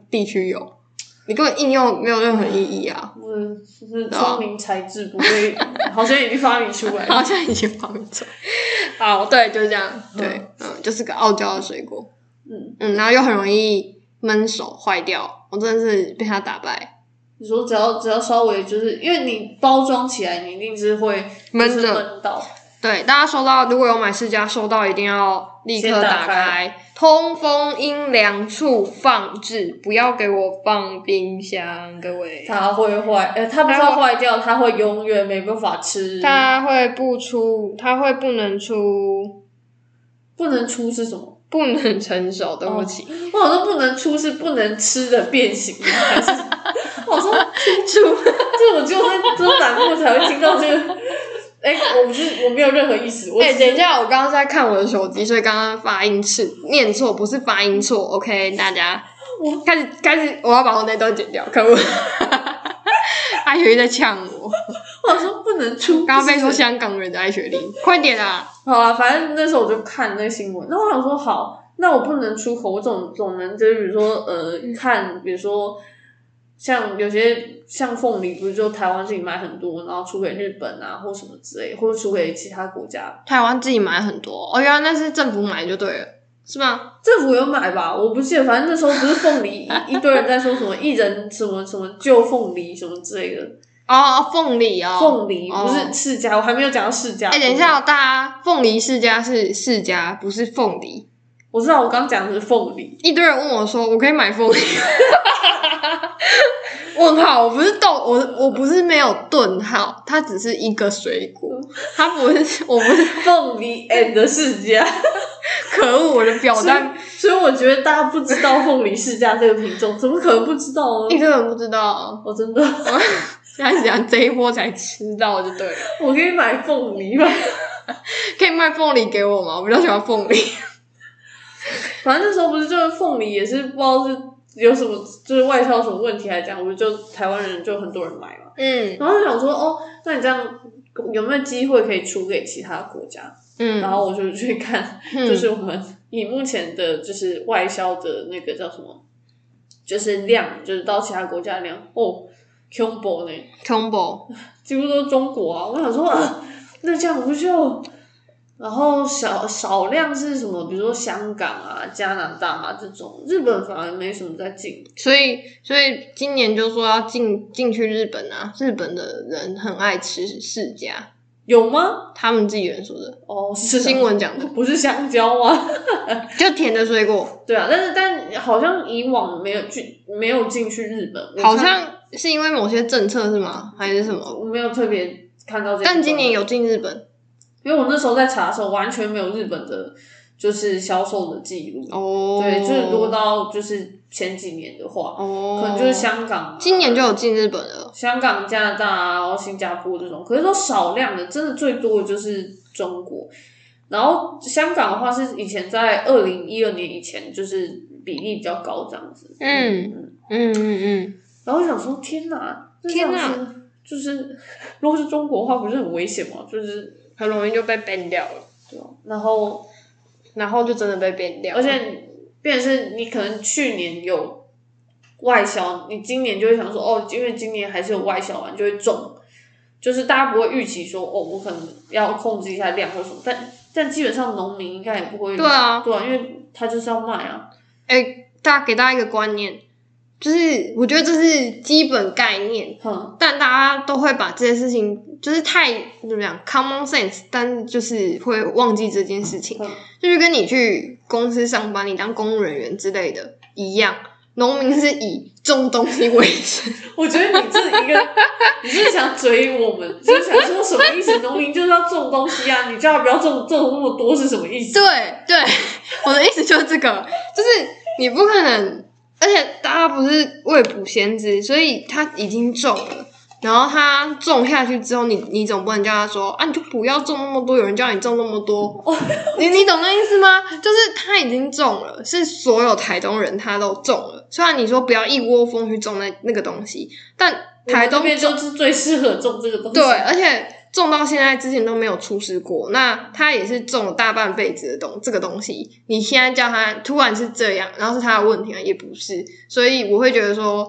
Speaker 1: 地区有，你根本应用没有任何意义啊。
Speaker 2: 是聪明才智不会，好像已经发明出来了，
Speaker 1: 好像已经发明出来。好，对，就是这样，对，就是个傲娇的水果，然后又很容易闷手坏掉，我真的是被它打败。
Speaker 2: 你说只要稍微就是因为你包装起来，你一定是会闷到。
Speaker 1: 对，大家收到如果有买世家，收到一定要立刻打开，通风阴凉处放置，不要给我放冰箱，各位。
Speaker 2: 它会坏，它不是坏掉，它会永远没办法吃。
Speaker 1: 它会不能出。
Speaker 2: 不能出是什么？
Speaker 1: 不能成熟，对不起。
Speaker 2: 我好像不能出是不能吃的变形，还是我说出？这我就在中南部才会听到这个。我没有任何意思。
Speaker 1: 等一下，我刚刚在看我的手机，所以刚刚发音念错，不是发音错。OK， 大家，开始，我要把我那段剪掉，可恶！艾雪莉在呛我，
Speaker 2: 我说不能出。
Speaker 1: 刚刚被说香港人的艾雪莉，快点啊！
Speaker 2: 好啊，反正那时候我就看那个新闻，那我想说好，那我不能出口，我总能就是比如说看，比如说。像有些像凤梨，不是就台湾自己买很多，然后出给日本啊，或什么之类，或者出给其他国家。
Speaker 1: 台湾自己买很多原来那是政府买就对了，是吗？
Speaker 2: 政府有买吧？我不记得，反正那时候不是凤梨一堆人在说什么一人什么什么救凤梨什么之类的。
Speaker 1: 凤梨
Speaker 2: 凤梨不是世家，我还没有讲到世家。
Speaker 1: 等一下，大家凤梨世家是世家，不是凤梨。
Speaker 2: 我知道，我刚讲的是凤梨。
Speaker 1: 一堆人问我说：“我可以买凤梨？”问号，我不是没有顿号，它只是一个水果，它不是，我不是
Speaker 2: 凤梨 and 世家。
Speaker 1: 可恶，我的表单。
Speaker 2: 所以我觉得大家不知道凤梨世家这个品种，怎么可能不知道呢？
Speaker 1: 一堆人不知道，
Speaker 2: 我真的。
Speaker 1: 现在是讲这一波才知道就对了。
Speaker 2: 我可以买凤梨吗？
Speaker 1: 可以卖凤梨给我吗？我比较喜欢凤梨。
Speaker 2: 反正那时候不是就是凤梨也是不知道是有什么就是外销什么问题来讲，不是就台湾人就很多人买嘛，然后就想说那你这样有没有机会可以出给其他国家？然后我就去看，就是我们以目前的就是外销的那个叫什么，就是量，就是到其他国家的量，combo 呢
Speaker 1: ，combo
Speaker 2: 几乎都是中国啊。我想说那这样不就。然后少量是什么？比如说香港啊、加拿大啊这种，日本反而没什么在进。所以
Speaker 1: 今年就说要进去日本啊，日本的人很爱吃世家，
Speaker 2: 有吗？
Speaker 1: 他们自己人说的。
Speaker 2: 是
Speaker 1: 新闻讲的，
Speaker 2: 不是香蕉吗？
Speaker 1: 就甜的水果。
Speaker 2: 对啊，但好像以往没有进去日本，
Speaker 1: 好像是因为某些政策是吗？还是什么？
Speaker 2: 我没有特别看到这个。
Speaker 1: 但今年有进日本。
Speaker 2: 因为我那时候在查的时候，完全没有日本的，就是销售的记录。对，就是如果到就是前几年的话，可能就是香港。
Speaker 1: 今年就有进日本了，
Speaker 2: 香港、加拿大啊，然后新加坡这种，可是都少量的，真的最多的就是中国。然后香港的话是以前在2012年以前，就是比例比较高这样子。然后我想说，天哪，就是如果是中国的话，不是很危险吗？就是
Speaker 1: 很容易就被 ban 掉了。
Speaker 2: 对啊，然后
Speaker 1: 就真的被 ban 掉了。
Speaker 2: 而且变成是你可能去年有外销，你今年就会想说因为今年还是有外销完就会中，就是大家不会预期说我可能要控制一下量或什么，但基本上农民应该也不会。
Speaker 1: 对啊，
Speaker 2: 因为他就是要卖啊。
Speaker 1: 给大家一个观念。就是我觉得这是基本概念，但大家都会把这件事情就是太怎么讲 common sense， 但就是会忘记这件事情，就是跟你去公司上班，你当公务人员之类的一样，农民是以种东西为生。
Speaker 2: 我觉得你这一个，你是想追我们，就是想说什么意思？农民就是要种东西啊，你叫他不要种那么多是什么意思？
Speaker 1: 对，我的意思就是这个，就是你不可能。而且大家不是未卜先知，所以他已经种了，然后他种下去之后，你总不能叫他说你就不要种那么多，有人叫你种那么多，你懂那意思吗？就是他已经种了，是所有台东人他都种了。虽然你说不要一窝蜂去种那个东西，但台东
Speaker 2: 这边就是最适合种这个东西。
Speaker 1: 对，而且种到现在之前都没有出事过，那他也是种了大半辈子的这个东西，你现在叫他突然是这样，然后是他的问题啊，也不是，所以我会觉得说，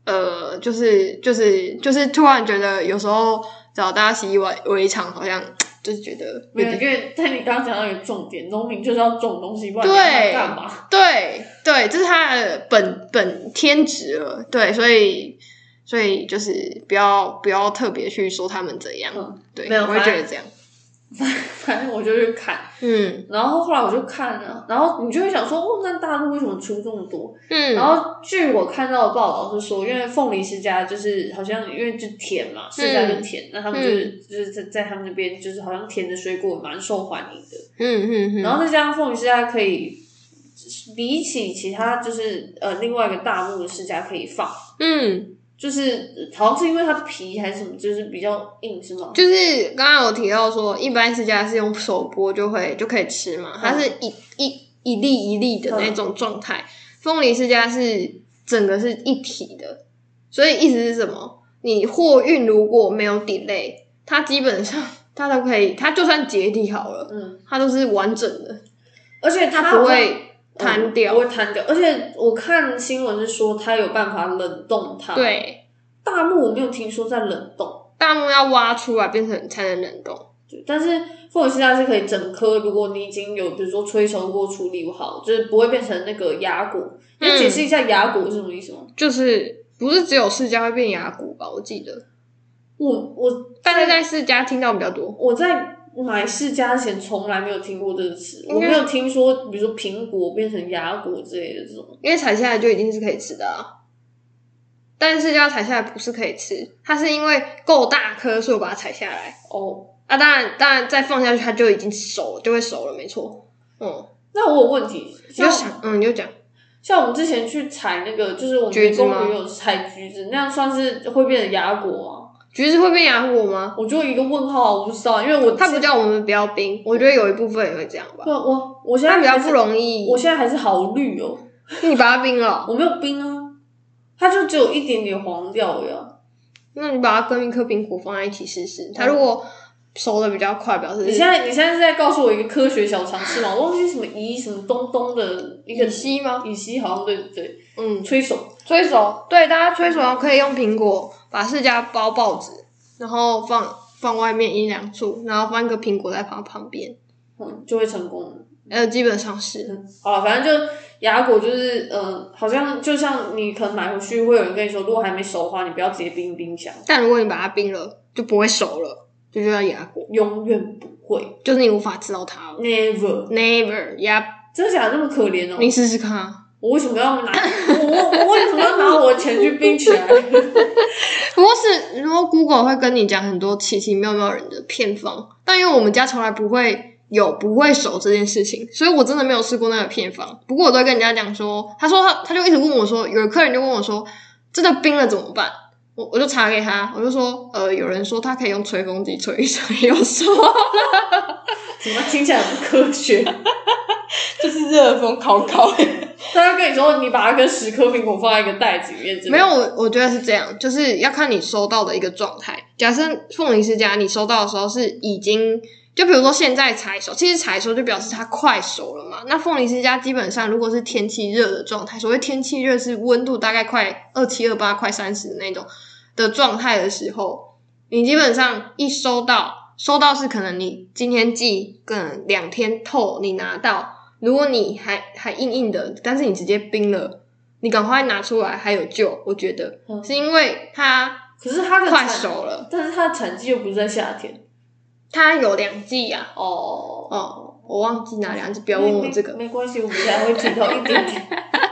Speaker 1: 就是突然觉得有时候找大家习以为常，好像就是觉得
Speaker 2: 没有，因为在你刚刚讲到一个重点，农民就是要种东西，不然你要他干嘛？
Speaker 1: 对，这是他的本天职了，对，所以就是不要特别去说他们怎样，对，
Speaker 2: 没有，
Speaker 1: 我会觉得这样。
Speaker 2: 反正我就去看，然后后来我就看了，然后你就会想说，哦，那大陆为什么出这么多？然后据我看到的报道是说，因为凤梨世家就是好像因为就甜嘛，世家就甜，那他们就是在他们那边就是好像甜的水果蛮受欢迎的，然后再加上凤梨世家可以比起其他就是另外一个大木的世家可以放，就是好像是因为它的皮还是什么，就是比较硬，是吗？
Speaker 1: 就是刚刚有提到说，一般世家是用手剥就可以吃嘛，它是一粒一粒的那种状态。凤梨世家是整个是一体的，所以意思是什么？你货运如果没有 delay， 它基本上它都可以，它就算解体好了，它都是完整的，
Speaker 2: 而且
Speaker 1: 它不会弹掉，
Speaker 2: 不会弹掉。而且我看新闻是说它有办法冷冻它。
Speaker 1: 对，
Speaker 2: 大木我没有听说在冷冻，
Speaker 1: 大木要挖出来变成才能冷冻。
Speaker 2: 对，但是凤梨世家是可以整颗，如果你已经有比如说催熟过处理好，就是不会变成那个芽果。你要解释一下芽果是什么意思吗？
Speaker 1: 就是不是只有世家会变芽果吧？我记得
Speaker 2: 我
Speaker 1: 大概在世家听到比较多。
Speaker 2: 我在买世家前从来没有听过这个词，我没有听说比如说苹果变成芽果之类的这种，因
Speaker 1: 为采下来就一定是可以吃的啊。但是世家采下来不是可以吃，它是因为够大颗，所以我把它采下来。当然再放下去它就已经熟了，就会熟了，没错。
Speaker 2: 那我有问题，
Speaker 1: 你就讲。
Speaker 2: 像我们之前去采那个，就是我们公园有采橘子，那样算是会变成芽果吗？
Speaker 1: 橘子会变芽果吗？
Speaker 2: 我就一个问号，我不知道，因为它
Speaker 1: 不叫我们不要冰，我觉得有一部分也会这样吧。
Speaker 2: 对，我现在
Speaker 1: 它比较不容易。
Speaker 2: 我现在还是好绿哦。
Speaker 1: 你把它冰了？
Speaker 2: 我没有冰啊，它就只有一点点黄掉呀。
Speaker 1: 那你把它跟一颗苹果放在一起试试，它如果熟的比较快，表示
Speaker 2: 你现在是在告诉我一个科学小常识吗？我忘记什么什么东的一个
Speaker 1: 乙烯吗？
Speaker 2: 乙烯好像对，催熟，
Speaker 1: 对，大家催熟可以用苹果把世家包报纸，然后放外面1-2处，然后放一个苹果在旁边，
Speaker 2: 就会成功
Speaker 1: 了。基本上是。
Speaker 2: 好了，反正就芽果就是好像就像你可能买回去会有人跟你说，如果还没熟的话，你不要直接冰箱。
Speaker 1: 但如果你把它冰了，就不会熟了。就叫芽果，
Speaker 2: 永远不会，
Speaker 1: 就是你无法吃到它了。Never， 呀，
Speaker 2: 真的假的那么可怜哦？
Speaker 1: 你试试看啊！
Speaker 2: 我为什么要拿？我为什么要拿我的钱去冰起来？
Speaker 1: 不过如果 Google 会跟你讲很多奇奇妙妙人的偏方，但因为我们家从来不会熟这件事情，所以我真的没有试过那个偏方。不过我都会跟人家讲说，他就一直问我说，有客人就问我说，这个冰了怎么办？我就查给他，我就说，有人说他可以用吹风机吹一吹，又熟了。
Speaker 2: 怎么听起来不科学？
Speaker 1: 就是热风烤。
Speaker 2: 他会跟你说，你把它跟10颗苹果放在一个袋子里面。
Speaker 1: 没有，我觉得是这样，就是要看你收到的一个状态。假设凤梨世家你收到的时候是已经，就比如说现在采熟，其实采熟就表示它快熟了嘛。那凤梨世家基本上如果是天气热的状态，所谓天气热是温度大概快27、28、快30的那种的状态的时候，你基本上一收到是可能你今天寄，可能2天后你拿到，如果你还硬硬的，但是你直接冰了，你赶快拿出来还有救。我觉得是因为
Speaker 2: 可是它的
Speaker 1: 快熟了，
Speaker 2: 但是它的产季又不是在夏天，
Speaker 1: 它有2季啊。我忘记哪2季，不要问我这个。
Speaker 2: 没关系，我们还会提到一点点。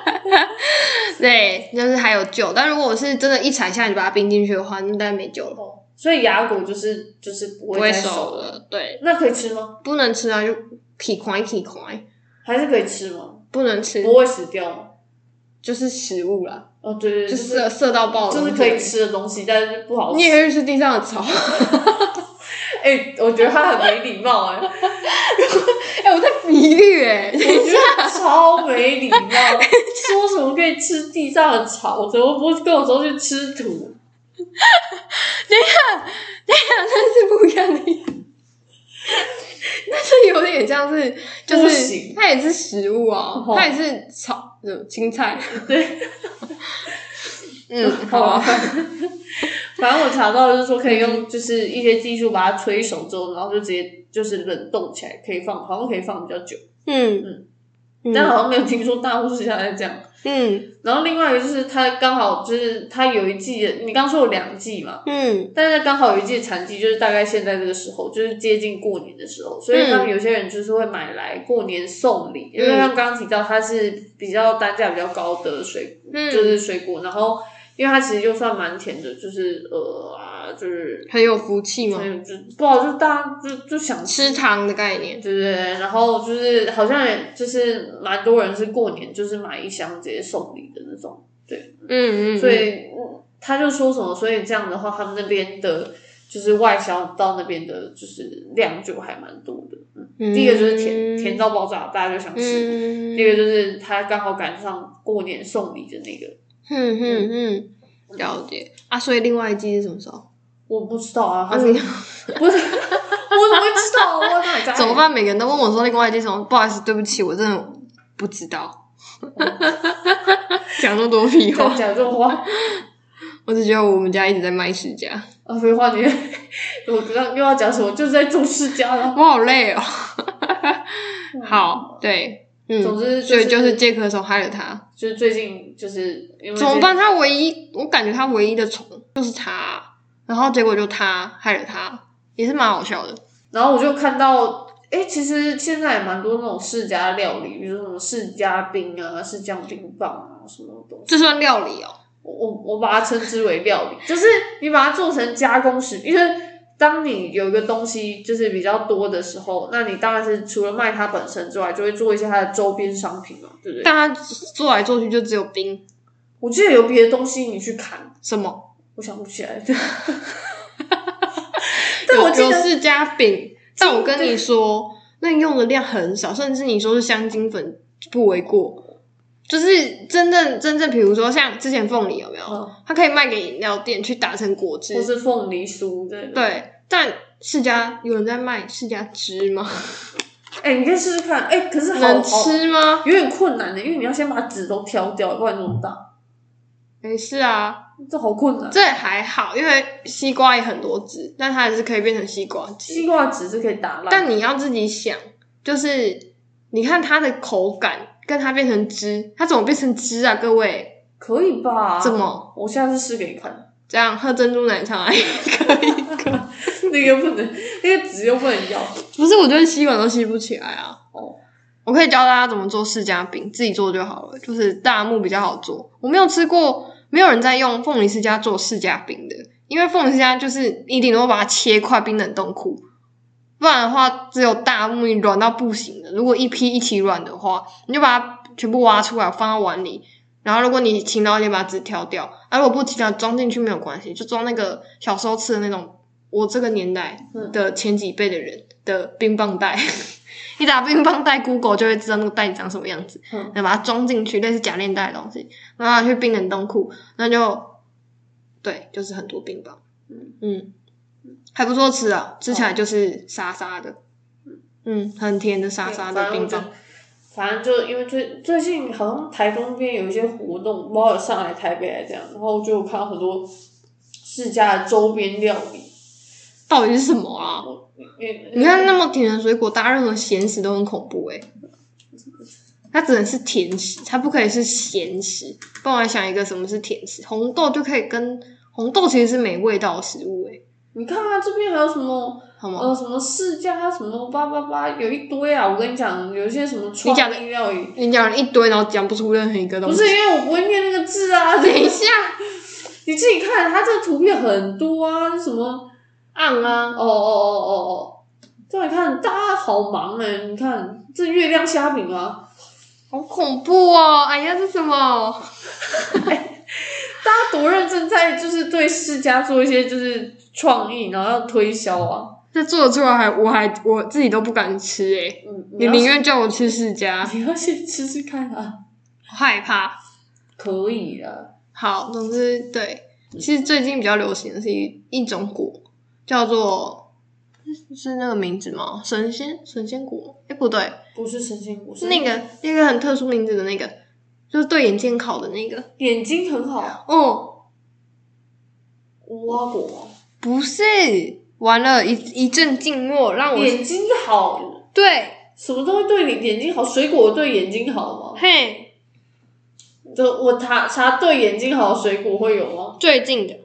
Speaker 1: 对，就是还有救，但如果我是真的一采下你把它冰进去的话，那当然没救了。
Speaker 2: 所以芽果就是不会再
Speaker 1: 熟了。对，
Speaker 2: 那可以吃吗？
Speaker 1: 不能吃啊，就起块。
Speaker 2: 还是可以吃吗？
Speaker 1: 不能吃，
Speaker 2: 不会死掉吗？
Speaker 1: 就是食物啦。
Speaker 2: 对，
Speaker 1: 就是色到爆的，
Speaker 2: 就是可以吃的东西，但是不好吃。
Speaker 1: 你也可以吃地上的草。
Speaker 2: 我觉得他很没礼貌
Speaker 1: 我在比喻
Speaker 2: 我觉得超没礼貌。说什么可以吃地上的草，怎么不跟我说去吃土？
Speaker 1: 那是不一样的意思。但是有点像是，就是它也是食物啊，它也是炒青菜。
Speaker 2: 对，
Speaker 1: 好啊。
Speaker 2: 反正我查到就是说可以用就是一些技术把它吹熟之后，然后就直接就是冷冻起来，可以放，好像可以放比较久。但好像没有听说大陆是现在这样。然后另外一个就是它刚好就是它有一季的，你刚说有2季嘛，但是刚好有一季的产季就是大概现在这个时候，就是接近过年的时候，所以他们有些人就是会买来过年送礼，因为像刚刚提到它是比较单价比较高的水果，就是水果，然后因为它其实就算蛮甜的，就是就是
Speaker 1: 很有福气嘛，
Speaker 2: 就不好，就大家就想
Speaker 1: 吃糖的概念，
Speaker 2: 对对对，然后就是好像也就是蛮多人是过年就是买一箱直接送礼的那种，对，所以他就说什么，所以这样的话，他们那边的就是外销到那边的，就是量就还蛮多的。第一个就是甜到爆炸，大家就想吃；第二个就是他刚好赶上过年送礼的那个。
Speaker 1: 了解啊，所以另外一季是什么时候？
Speaker 2: 我不知道啊，他是不是？我怎么会知道？我哪里在？
Speaker 1: 怎么办？每个人都问我说另外一季什么？不好意思，对不起，我真的不知道。讲那么多屁话，
Speaker 2: 讲这种话，
Speaker 1: 我只觉得我们家一直在卖世家。
Speaker 2: 废话，我刚刚又要讲什么？就是在做世家了。
Speaker 1: 我好累哦。好，对。
Speaker 2: 总之
Speaker 1: 所以就是介壳虫害了他，
Speaker 2: 就是最近就是因为
Speaker 1: 怎么办？他我感觉他唯一的虫就是他，然后结果就他害了他，也是蛮好笑的。
Speaker 2: 然后我就看到，其实现在也蛮多那种世家料理，比如说什么世家冰啊、世家冰棒啊，什么东西。
Speaker 1: 这算料理哦？
Speaker 2: 我把它称之为料理，就是你把它做成加工食品，因为当你有一个东西就是比较多的时候，那你当然是除了卖它本身之外，就会做一些它的周边商品嘛，对不对？
Speaker 1: 但它做来做去就只有冰，
Speaker 2: 我记得有别的东西你去看
Speaker 1: 什么？
Speaker 2: 我想不起来。
Speaker 1: 但我记得有世家饼，但我跟你说，那用的量很少，甚至你说是香精粉不为过。就是真正，比如说像之前凤梨有没有？它可以卖给饮料店去打成果汁，
Speaker 2: 或是凤梨酥的。
Speaker 1: 对，但世家有人在卖世家汁吗？
Speaker 2: 你可以试试看。可是
Speaker 1: 能吃吗？
Speaker 2: 有点困难的，因为你要先把籽都挑掉，不然那么大。
Speaker 1: 是啊，
Speaker 2: 这好困难。
Speaker 1: 这还好，因为西瓜也很多籽，但它还是可以变成西瓜汁。
Speaker 2: 西瓜籽是可以打烂，
Speaker 1: 但你要自己想，就是你看它的口感。跟它变成汁，它怎么变成汁啊？各位，
Speaker 2: 可以吧？
Speaker 1: 怎么？
Speaker 2: 我下次试给你看。
Speaker 1: 这样喝珍珠奶茶也可以。
Speaker 2: 那个不能，那个籽又不能要。
Speaker 1: 不是，我觉得吸管都吸不起来啊。我可以教大家怎么做世家饼，自己做就好了。就是大木比较好做，我没有吃过，没有人在用凤梨世家做世家饼的，因为凤梨世家就是你顶多把它切块冰冷冻库。不然的话，只有大木软到不行的。如果一批一起软的话，你就把它全部挖出来放到碗里。然后如果你勤劳一点，把籽挑掉。如果不勤劳，装进去没有关系，就装那个小时候吃的那种我这个年代的前几辈的人的冰棒袋。你打冰棒袋 Google 就会知道那个袋长什么样子。然后把它装进去，类似夹链袋的东西，然后拿去冰冷冻库，那就对，就是很多冰棒。还不错吃啊，吃起来就是沙沙的，很甜的沙沙的冰棒。
Speaker 2: 反正就因为最近好像台中那边有一些活动，不知道有上来台北来这样，然后就看到很多世家的周边料理。
Speaker 1: 到底是什么啊？你看那么甜的水果搭任何咸食都很恐怖它只能是甜食，它不可以是咸食。帮我来想一个什么是甜食，红豆就可以跟红豆其实是没味道的食物
Speaker 2: 你看啊，这边还有什么什么世家什么888，有一堆啊！我跟你讲，有一些什么创意料理，
Speaker 1: 你讲了一堆，然后讲不出任何一个东西。
Speaker 2: 不是因为我不会念那个字啊！
Speaker 1: 等一下，
Speaker 2: 你自己看，它这个图片很多啊，什么
Speaker 1: 暗啊，
Speaker 2: 这你看，大家好忙你看这月亮虾饼啊，
Speaker 1: 好恐怖哦！哎呀，这什么？
Speaker 2: 大家多认真在就是对世家做一些就是创意，然后要推销啊。
Speaker 1: 这做得出来我自己都不敢吃你宁愿叫我吃世家。
Speaker 2: 你要先吃吃看啊。
Speaker 1: 害怕。
Speaker 2: 可以啊。
Speaker 1: 好，总之对， 其实最近比较流行的是一种果，叫做是那个名字吗？神仙果？不对，
Speaker 2: 不是神仙果，
Speaker 1: 是那个很特殊名字的那个，就是对眼睛好的那个。
Speaker 2: 眼睛很好。
Speaker 1: 哦，
Speaker 2: 无花果吗？
Speaker 1: 不是，完了，一阵静默，让我
Speaker 2: 眼睛好。
Speaker 1: 对，
Speaker 2: 什么东西对你眼睛好？水果对眼睛好吗？
Speaker 1: 嘿，
Speaker 2: 就我查对眼睛好的水果会有吗？
Speaker 1: 最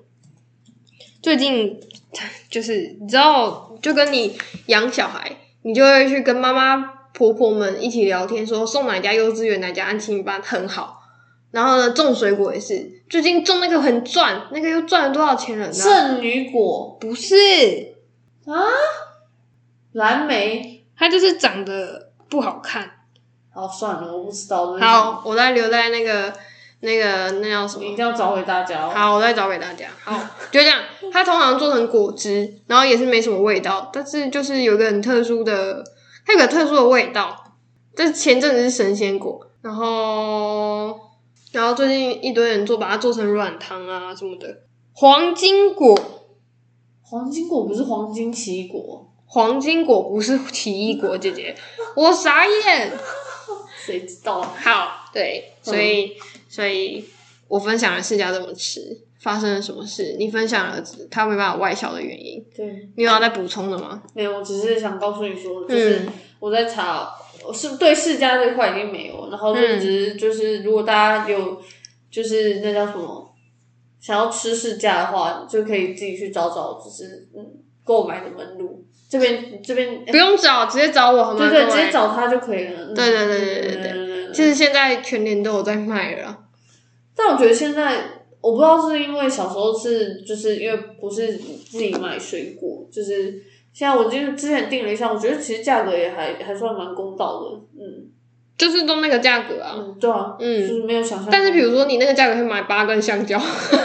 Speaker 1: 近就是你知道，就跟你养小孩，你就会去跟妈妈婆婆们一起聊天，说送哪家幼稚园哪家安亲班很好。然后呢，种水果也是，最近种那个很赚，那个又赚了多少钱了？
Speaker 2: 圣女果
Speaker 1: 不是
Speaker 2: 啊，蓝莓，
Speaker 1: 它就是长得不好看。
Speaker 2: 好，算了，我不知道。
Speaker 1: 好，我再留在那叫什么？
Speaker 2: 你一定要找给大家哦。
Speaker 1: 好，我再找给大家。好，就这样。它通常做成果汁，然后也是没什么味道，但是就是有一个很特殊的，它有个特殊的味道。这前阵子是神仙果，然后最近一堆人把它做成软糖啊什么的。黄金果
Speaker 2: 不是黄金奇异果，
Speaker 1: 黄金果不是奇异果，姐姐，我傻眼。
Speaker 2: 谁知道？
Speaker 1: 好，对，所以我分享了释迦怎么吃，发生了什么事，你分享了它没办法外销的原因。
Speaker 2: 对，
Speaker 1: 你有要再补充的吗？
Speaker 2: 没有，我只是想告诉你说，就是我在查，是对释迦这块已经没有，然后就只是就是如果大家有就是那叫什么想要吃释迦的话，就可以自己去找就是购买的门路。这边
Speaker 1: 不用找，直接找我好吗？
Speaker 2: 对，直接找他就可以了。
Speaker 1: 对。其实现在全年都有在卖了，
Speaker 2: 但我觉得现在我不知道是因为小时候就是因为不是自己买水果，就是现在我之前订了一下，我觉得其实价格也还算蛮公道的，
Speaker 1: 就是都那个价格啊，
Speaker 2: 对啊，就是没有想象。
Speaker 1: 但是比如说你那个价格可以买8根香蕉。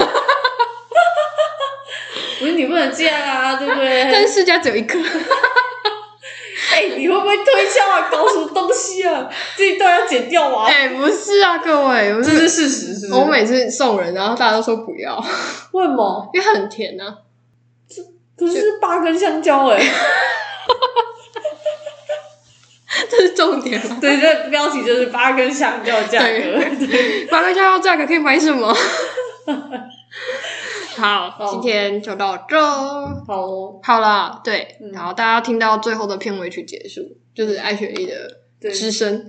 Speaker 2: 不是你不能这样啊，对不对？
Speaker 1: 但是释迦只有1颗。
Speaker 2: 你会不会推销啊？搞什么东西啊？这一段要剪掉吗？
Speaker 1: 不是啊，各位，
Speaker 2: 这是事实，是不是？
Speaker 1: 我每次送人，然后大家都说不要，
Speaker 2: 为什么？
Speaker 1: 因为很甜啊。
Speaker 2: 可是8根香蕉
Speaker 1: 这是重点吗？
Speaker 2: 对，这标题就是8根香蕉的价格。
Speaker 1: 对，8根香蕉价格可以买什么？好，今天就到这。好啦，对，然后大家听到最后的片尾曲结束，就是艾雪莉的之声。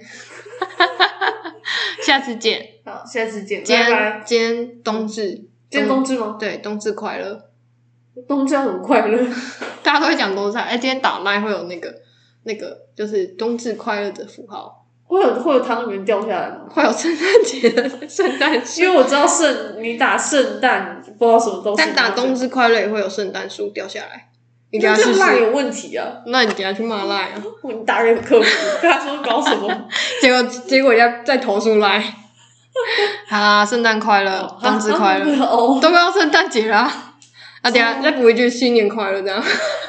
Speaker 1: 下次见。
Speaker 2: 好，下次见。
Speaker 1: 今
Speaker 2: 拜。
Speaker 1: 天冬至。
Speaker 2: 今天冬至吗？
Speaker 1: 对，冬至快乐。
Speaker 2: 冬至要很快乐。
Speaker 1: 大家都会讲冬至。今天打麦会有那个就是冬至快乐的符号。
Speaker 2: 会有汤圆掉下来吗？
Speaker 1: 会有圣诞节的圣诞树，
Speaker 2: 因为我知道你打圣诞不知道什么东西，
Speaker 1: 但打冬至快乐也会有圣诞树掉下来。你等下
Speaker 2: 试试，赖有问题啊！
Speaker 1: 那你等下去骂赖啊！
Speaker 2: 你打给客服，跟他说搞什么？
Speaker 1: 结果人家再投诉赖。好啦，圣诞快乐，冬至快乐，都要圣诞节啦！等下再补一句新年快乐，这样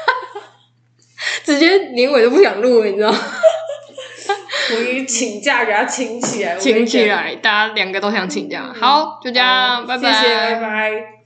Speaker 1: 直接年尾都不想录了，你知道？
Speaker 2: 我给你请假给他请起来，
Speaker 1: 请起来，大家2个都想请假。好，就这样，拜拜，
Speaker 2: 谢谢，拜拜。